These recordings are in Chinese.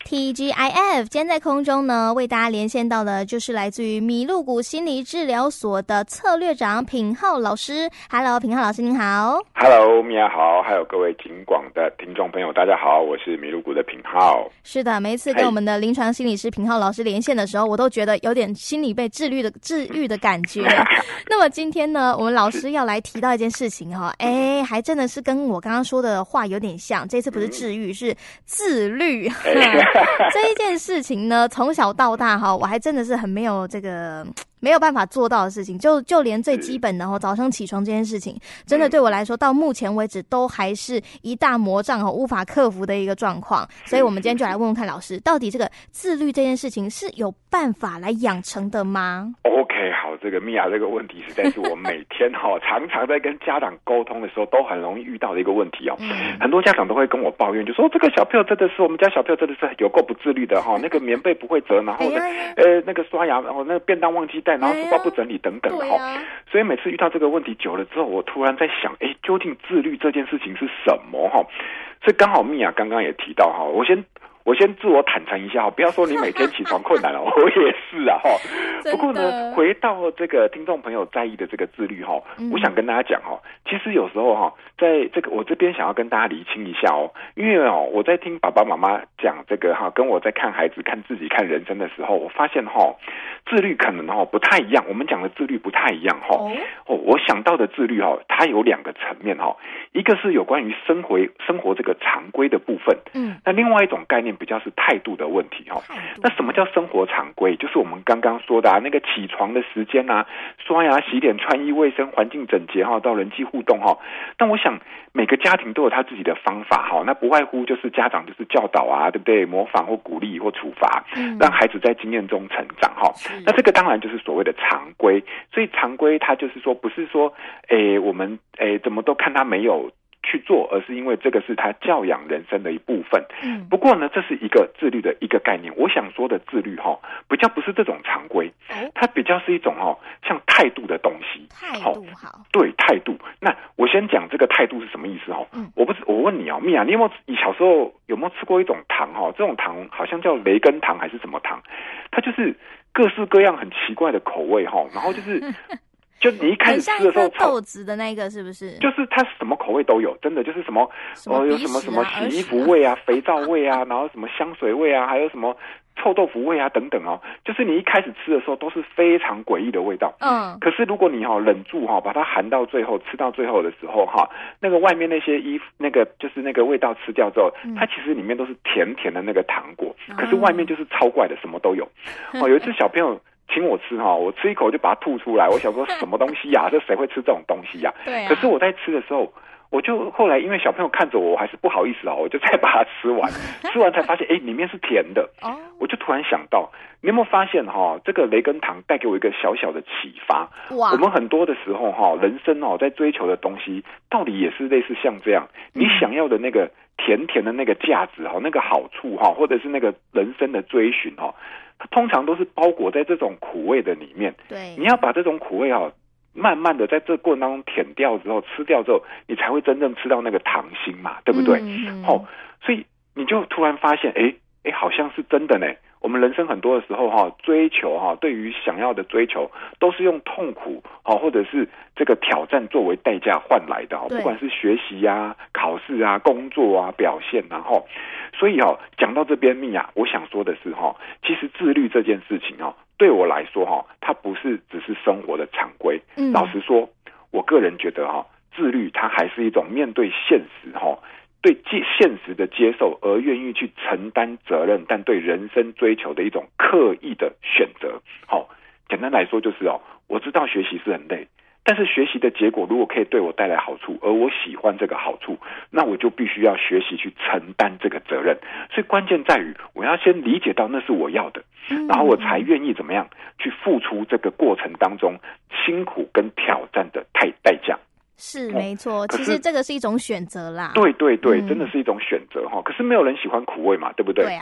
TGIF。今天在空中呢，为大家连线到的就是来自于麋鹿谷心理治疗所的策略长品皓老师。Hello， 品皓老师您好。 Hello， 米娅好，还有各位警广的听众朋友，大家好，我是麋鹿谷的品皓。 是的，每一次跟我们的临床心理师品皓老师连线的时候，我都觉得有点心里被治愈的感觉。那么今天呢，我们老师要来提到一件事情哈，还真的是跟我刚刚说的话有点像。这次不是治愈，是自律。这一件事情呢，从小到大哈，我还真的是很没有办法做到的事情，就连最基本的早上起床这件事情，真的对我来说，到目前为止都还是一大魔障无法克服的一个状况。所以我们今天就来问问看老师，到底这个自律这件事情是有办法来养成的吗 ？OK， 好，这个米娅这个问题实在是我每天常常在跟家长沟通的时候都很容易遇到的一个问题很多家长都会跟我抱怨，就说这个小朋友真的是我们家小朋友真的是有够不自律的那个棉被不会折，然后那个刷牙，然后那个便当忘记带，然后书包不整理等等所以每次遇到这个问题久了之后，我突然在想，究竟自律这件事情是什么所以刚好米娅刚刚也提到我先自我坦诚一下不要说你每天起床困难了，我也是不过呢，回到这个听众朋友在意的这个自律我想跟大家讲其实有时候在这个我这边想要跟大家厘清一下因为我在听爸爸妈妈讲这个跟我在看孩子、看自己、看人生的时候，我发现自律可能不太一样，我们讲的自律不太一样我想到的自律它有两个层面一个是有关于生活这个常规的部分，那另外一种概念比较是态度的问题那什么叫生活常规？就是我们刚刚说的那个起床的时间刷牙、洗脸、穿衣、卫生、环境整洁到人际互动但我想每个家庭都有他自己的方法那不外乎就是家长就是教导对不对？模仿或鼓励或处罚，让孩子在经验中成长那这个当然就是所谓的常规。所以常规它就是说不是说我们怎么都看他没有去做，而是因为这个是他教养人生的一部分。不过呢，这是一个自律的一个概念。我想说的自律比较不是这种常规，它比较是一种像态度的东西。 态度好， 对，态度。那我先讲这个态度是什么意思我问你米娅，你小时候有没有吃过一种糖这种糖好像叫雷根糖还是什么糖？它就是各式各样很奇怪的口味然后就是就你一开始吃的时候， 豆子的那个是不是？ 就是它什么口味都有，真的就是什么有什么洗衣服味肥皂味然后什么香水味还有什么臭豆腐味等等就是你一开始吃的时候都是非常诡异的味道。可是如果你忍住把它含到最后，吃到最后的时候那个外面那些那个就是那个味道吃掉之后，它其实里面都是甜甜的那个糖果，可是外面就是超怪的，什么都有。有一次小朋友请我吃我吃一口就把它吐出来，我想说什么东西这谁会吃这种东西对可是我在吃的时候，我就后来因为小朋友看着我还是不好意思我就再把它吃完吃完才发现里面是甜的我就突然想到，你有没有发现这个雷根糖带给我一个小小的启发。我们很多的时候人生在追求的东西到底也是类似像这样，你想要的那个甜甜的那个价值那个好处或者是那个人生的追寻它通常都是包裹在这种苦味的里面。 对， 你要把这种苦味慢慢的在这过程当中舔掉之后，吃掉之后，你才会真正吃到那个糖心嘛，对不对？所以你就突然发现好像是真的呢。我们人生很多的时候追求对于想要的追求都是用痛苦或者是这个挑战作为代价换来的不管是学习考试工作表现所以讲到这边米娅，我想说的是其实自律这件事情对我来说它不是只是生活的常规。老实说，我个人觉得自律它还是一种面对现实对现实的接受而愿意去承担责任，但对人生追求的一种刻意的选择。简单来说就是我知道学习是很累，但是学习的结果如果可以对我带来好处，而我喜欢这个好处，那我就必须要学习去承担这个责任。所以关键在于我要先理解到那是我要的，然后我才愿意怎么样去付出这个过程当中辛苦跟挑战的代价。 是没错，其实这个是一种选择啦。 对对对，真的是一种选择可是没有人喜欢苦味嘛，对不对？ 对啊，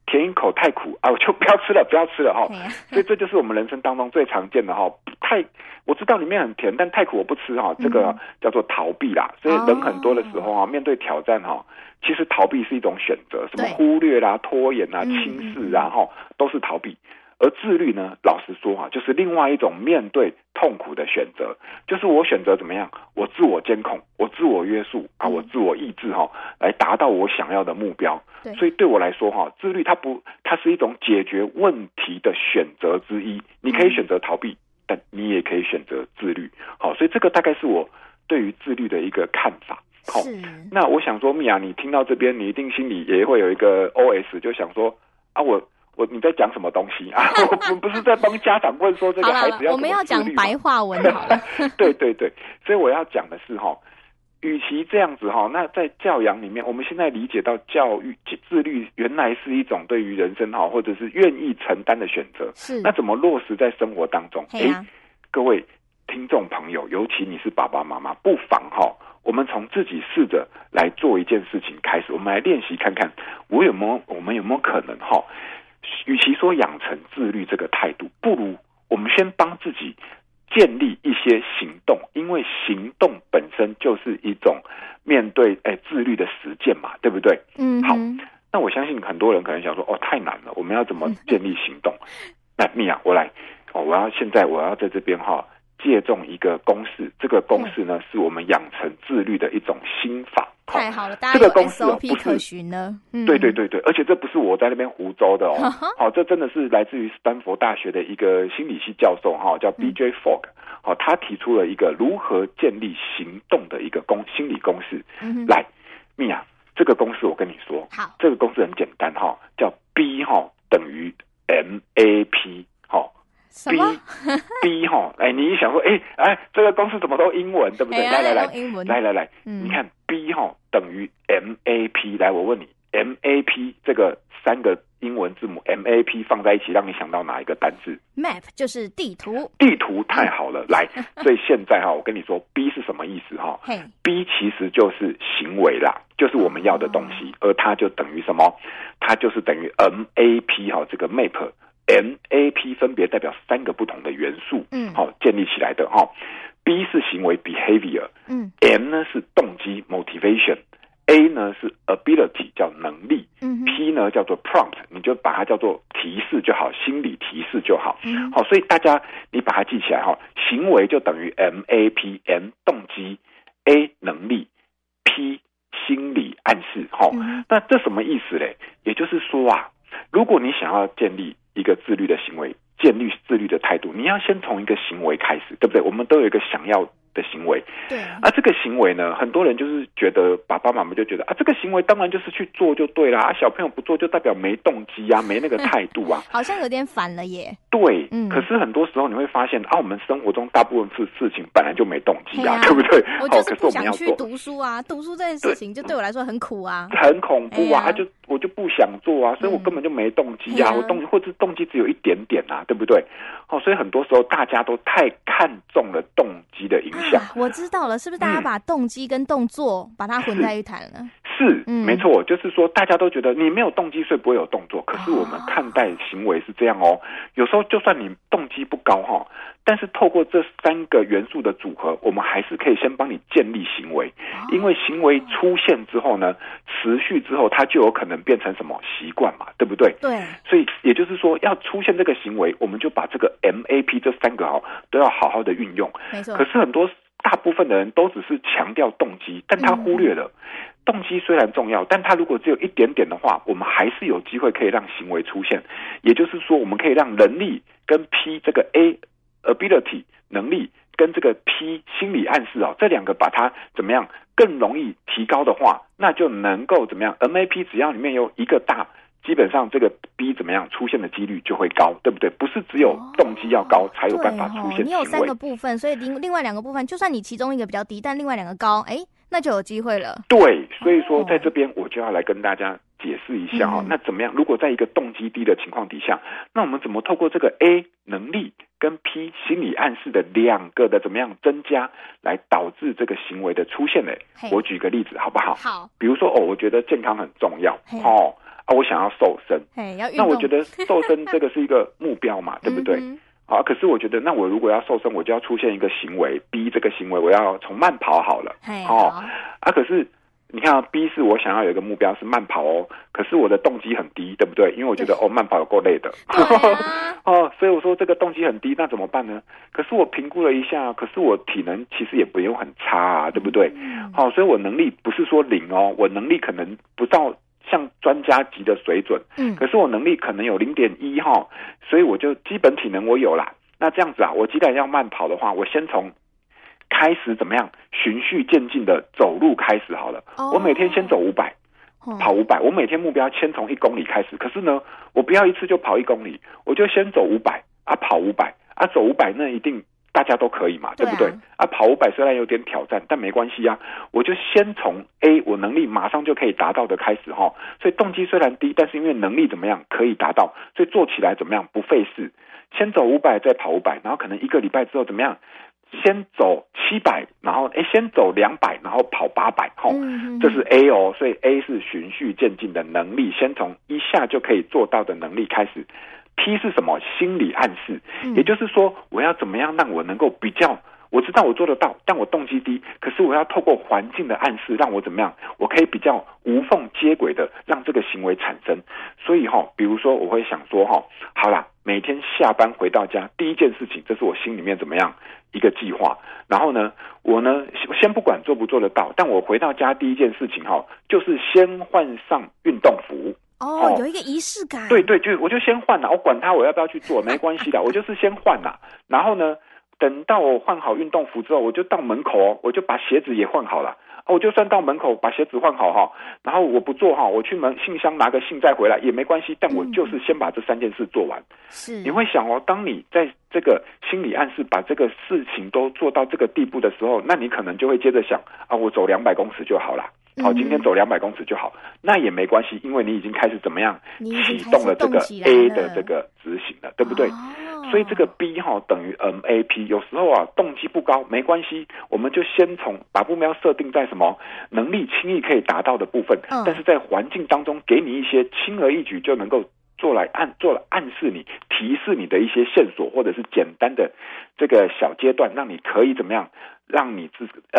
甜一口太苦啊，我就不要吃了哈。所以这就是我们人生当中最常见的哈，我知道里面很甜，但太苦我不吃哈，这个叫做逃避啦。所以人很多的时候面对挑战哈，其实逃避是一种选择，什么忽略啦、拖延啦、轻视啊哈，都是逃避。而自律呢，老实说就是另外一种面对痛苦的选择，就是我选择怎么样，我自我监控，我自我约束我自我抑制来达到我想要的目标。所以对我来说自律它是一种解决问题的选择之一。你可以选择逃避，但你也可以选择自律。所以这个大概是我对于自律的一个看法。那我想说，米娅，你听到这边，你一定心里也会有一个 OS， 就想说你在讲什么东西啊？我不是在帮家长问说这个孩子要怎么自律吗？ 我们要讲白话文好了。 对，所以我要讲的是与其这样子那在教养里面，我们现在理解到教育自律原来是一种对于人生或者是愿意承担的选择。 是， 那怎么落实在生活当中？各位听众朋友，尤其你是爸爸妈妈，不妨我们从自己试着来做一件事情开始，我们来练习看看，我们有没有可能与其说养成自律这个态度，不如我们先帮自己建立一些行动，因为行动本身就是一种面对自律的实践嘛，对不对？好，那我相信很多人可能想说太难了，我们要怎么建立行动？那米娅，我要在这边借重一个公式，这个公式呢是我们养成自律的一种心法。 太好了，大家有 SOP 可循了。 对，而且这不是我在那边胡诌的这真的是来自于斯坦福大学的一个心理系教授叫 BJ Fogg，他提出了一个如何建立行动的一个心理公式。来，米娅，这个公式我跟你说， 好， 这个公式很简单叫 B 等于 MAP。 什么 B 你一想说这个公式怎么都英文，对不对？来，你看 B 等于 MAP。来，我问你 MAP 这个3个英文字母 MAP 放在一起，让你想到哪一个单字？ Map 就是地图。 地图，太好了。来，所以现在我跟你说 B 是什么意思B 其实就是行为啦，就是我们要的东西，而它就等于什么？它就是等于 MAP 这个 MAP分别代表3个不同的元素，建立起来的B 是行为 behavior，M 呢是动机 motivation，A 呢是 ability 叫能力，P 呢叫做 prompt， 你就把它叫做提示就好，心理提示就好。所以大家你把它记起来行为就等于 MAP，M 动机 ，A 能力 ，P 心理暗示。那这什么意思嘞？也就是说如果你想要建立一个自律的行为，建立自律的态度，你要先从一个行为开始，对不对？我们都有一个想要的行为， 对。 这个行为呢，很多人就是觉得爸爸妈妈就觉得这个行为当然就是去做就对啦，小朋友不做就代表没动机没那个态度好像有点反了耶。 对，可是很多时候你会发现我们生活中大部分事情本来就没动机对不对？ 我就是不想去读书读书这件事情就对我来说很苦很恐怖我就不想做所以我根本就没动机我或者动机只有一点点对不对？所以很多时候大家都太看重了动机的影响。 我知道了，是不是大家把动机跟动作把它混在一谈了？ 是，没错，就是说大家都觉得你没有动机所以不会有动作，可是我们看待行为是这样有时候就算你动机不高但是透过这3个元素的组合，我们还是可以先帮你建立行为，因为行为出现之后呢，持续之后它就有可能变成什么习惯嘛，对不对？ 对。 所以也就是说要出现这个行为，我们就把这个 MAP 这3个都要好好的运用。 没错。 可是大部分的人都只是强调动机，但他忽略了动机虽然重要，但他如果只有一点点的话，我们还是有机会可以让行为出现。也就是说，我们可以让能力跟 P 这个 A ability 能力跟这个 P 心理暗示这2个把它怎么样更容易提高的话，那就能够怎么样 MAP 只要里面有一个大，基本上这个 B 怎么样出现的几率就会高，对不对？不是只有动机要高才有办法出现行为。 你有3个部分，所以另外2个部分，就算你其中一个比较低，但另外2个高，那就有机会了。 对，所以说在这边我就要来跟大家解释一下那怎么样？如果在一个动机低的情况底下，那我们怎么透过这个 A 能力跟 P 心理暗示的2个的怎么样增加，来导致这个行为的出现呢？我举个例子好不好？ 好。 比如说我觉得健康很重要我想要瘦身，那我觉得瘦身这个是一个目标嘛，对不对？可是我觉得，那我如果要瘦身，我就要出现一个行为 B， 这个行为我要从慢跑好了，可是你看B 是我想要有一个目标是慢跑可是我的动机很低，对不对？因为我觉得慢跑有够累的，所以我说这个动机很低，那怎么办呢？可是我评估了一下，可是我体能其实也不用很差对不对？所以我能力不是说零我能力可能不到像专家级的水准，可是我能力可能有 0.1 所以我就基本体能我有啦。那这样子我既然要慢跑的话，我先从开始怎么样循序渐进的走路开始好了。我每天先走500，跑500，我每天目标先从1公里开始。可是呢，我不要一次就跑1公里，我就先走500跑500走500那一定大家都可以嘛，对不对？跑500虽然有点挑战，但没关系我就先从 A 我能力马上就可以达到的开始所以动机虽然低，但是因为能力怎么样可以达到，所以做起来怎么样不费事。先走500再跑500，然后可能1个礼拜之后怎么样？先走700，然后先走200，然后跑800这是 A 所以 A 是循序渐进的能力，先从一下就可以做到的能力开始。P 是什么？心理暗示，也就是说我要怎么样让我能够比较，我知道我做得到，但我动机低，可是我要透过环境的暗示让我怎么样，我可以比较无缝接轨的让这个行为产生。所以比如说我会想说好啦，每天下班回到家第一件事情，这是我心里面怎么样一个计划。然后呢，我呢先不管做不做得到，但我回到家第一件事情就是先换上运动服。 有一个仪式感。 对，我就先换我管他我要不要去做，没关系的，我就是先换然后呢，等到我换好运动服之后，我就到门口我就把鞋子也换好了。我就算到门口把鞋子换好然后我不做我去信箱拿个信再回来也没关系，但我就是先把这3件事做完。 是，你会想当你在这个心理暗示把这个事情都做到这个地步的时候，那你可能就会接着想我走200公尺就好了。今天走200公尺就好，那也没关系，因为你已经开始怎么样启动了这个 A 的这个执行了，对不对？所以这个 B 等于 MAP， 有时候动机不高没关系，我们就先从把目标设定在什么能力轻易可以达到的部分，但是在环境当中给你一些轻而易举就能够做了暗示你提示你的一些线索，或者是简单的这个小阶段，让你可以怎么样让你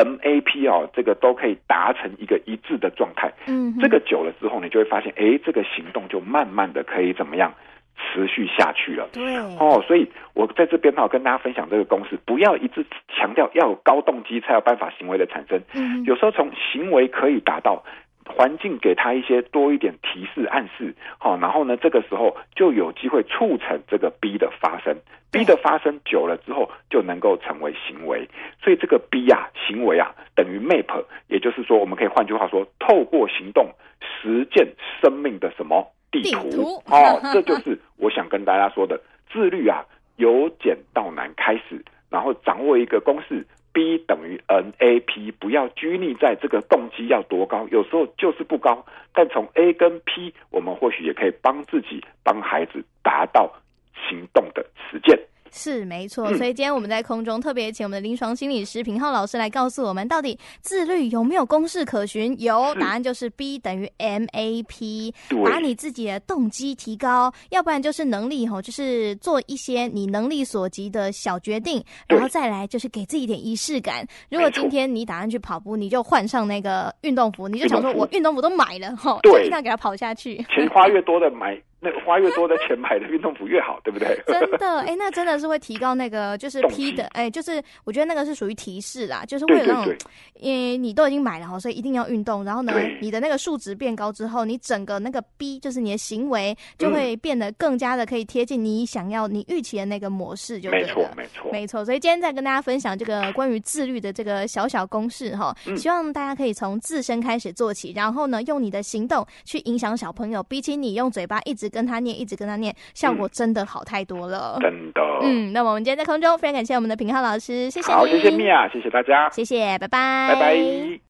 MAP 这个都可以达成一个一致的状态。这个久了之后，你就会发现这个行动就慢慢的可以怎么样持续下去了。 对所以我在这边跟大家分享这个公式，不要一直强调要有高动机才有办法行为的产生。有时候从行为可以达到，环境给他一些多一点提示暗示然后呢这个时候就有机会促成这个 B 的发生。B 的发生久了之后就能够成为行为。所以这个 B 行为等于 map， 也就是说我们可以换句话说，透过行动实践生命的什么地图这就是我想跟大家说的自律由简到难开始，然后掌握一个公式B 等于 NAP， 不要拘泥在这个动机要多高，有时候就是不高，但从 A 跟 P 我们或许也可以帮自己帮孩子达到行动的实践。 是没错，所以今天我们在空中特别请我们的临床心理师品皓老师来告诉我们，到底自律有没有公式可循？有，答案就是 B 等于 MAP， 把你自己的动机提高，要不然就是能力就是做一些你能力所及的小决定，然后再来就是给自己一点仪式感。如果今天你打算去跑步，你就换上那个运动服，你就想说我运动服都买了就一定要给他跑下去， 钱花越多的买那个花越多的钱买的运动服越好，对不对？ 真的，那真的是会提高那个就是 P 的，就是我觉得那个是属于提示啦，就是为了那种，你都已经买了所以一定要运动，然后呢，你的那个数值变高之后，你整个那个 B 就是你的行为就会变得更加的可以贴近你想要你预期的那个模式，就对了，没错。所以今天再跟大家分享这个关于自律的这个小小公式希望大家可以从自身开始做起，然后呢，用你的行动去影响小朋友，比起你用嘴巴一直跟他念，效果真的好太多了， 真的。 那我们今天在空中非常感谢我们的品皓老师，谢谢你。 好，谢谢米娅，谢谢大家， 谢谢，拜拜， 拜拜。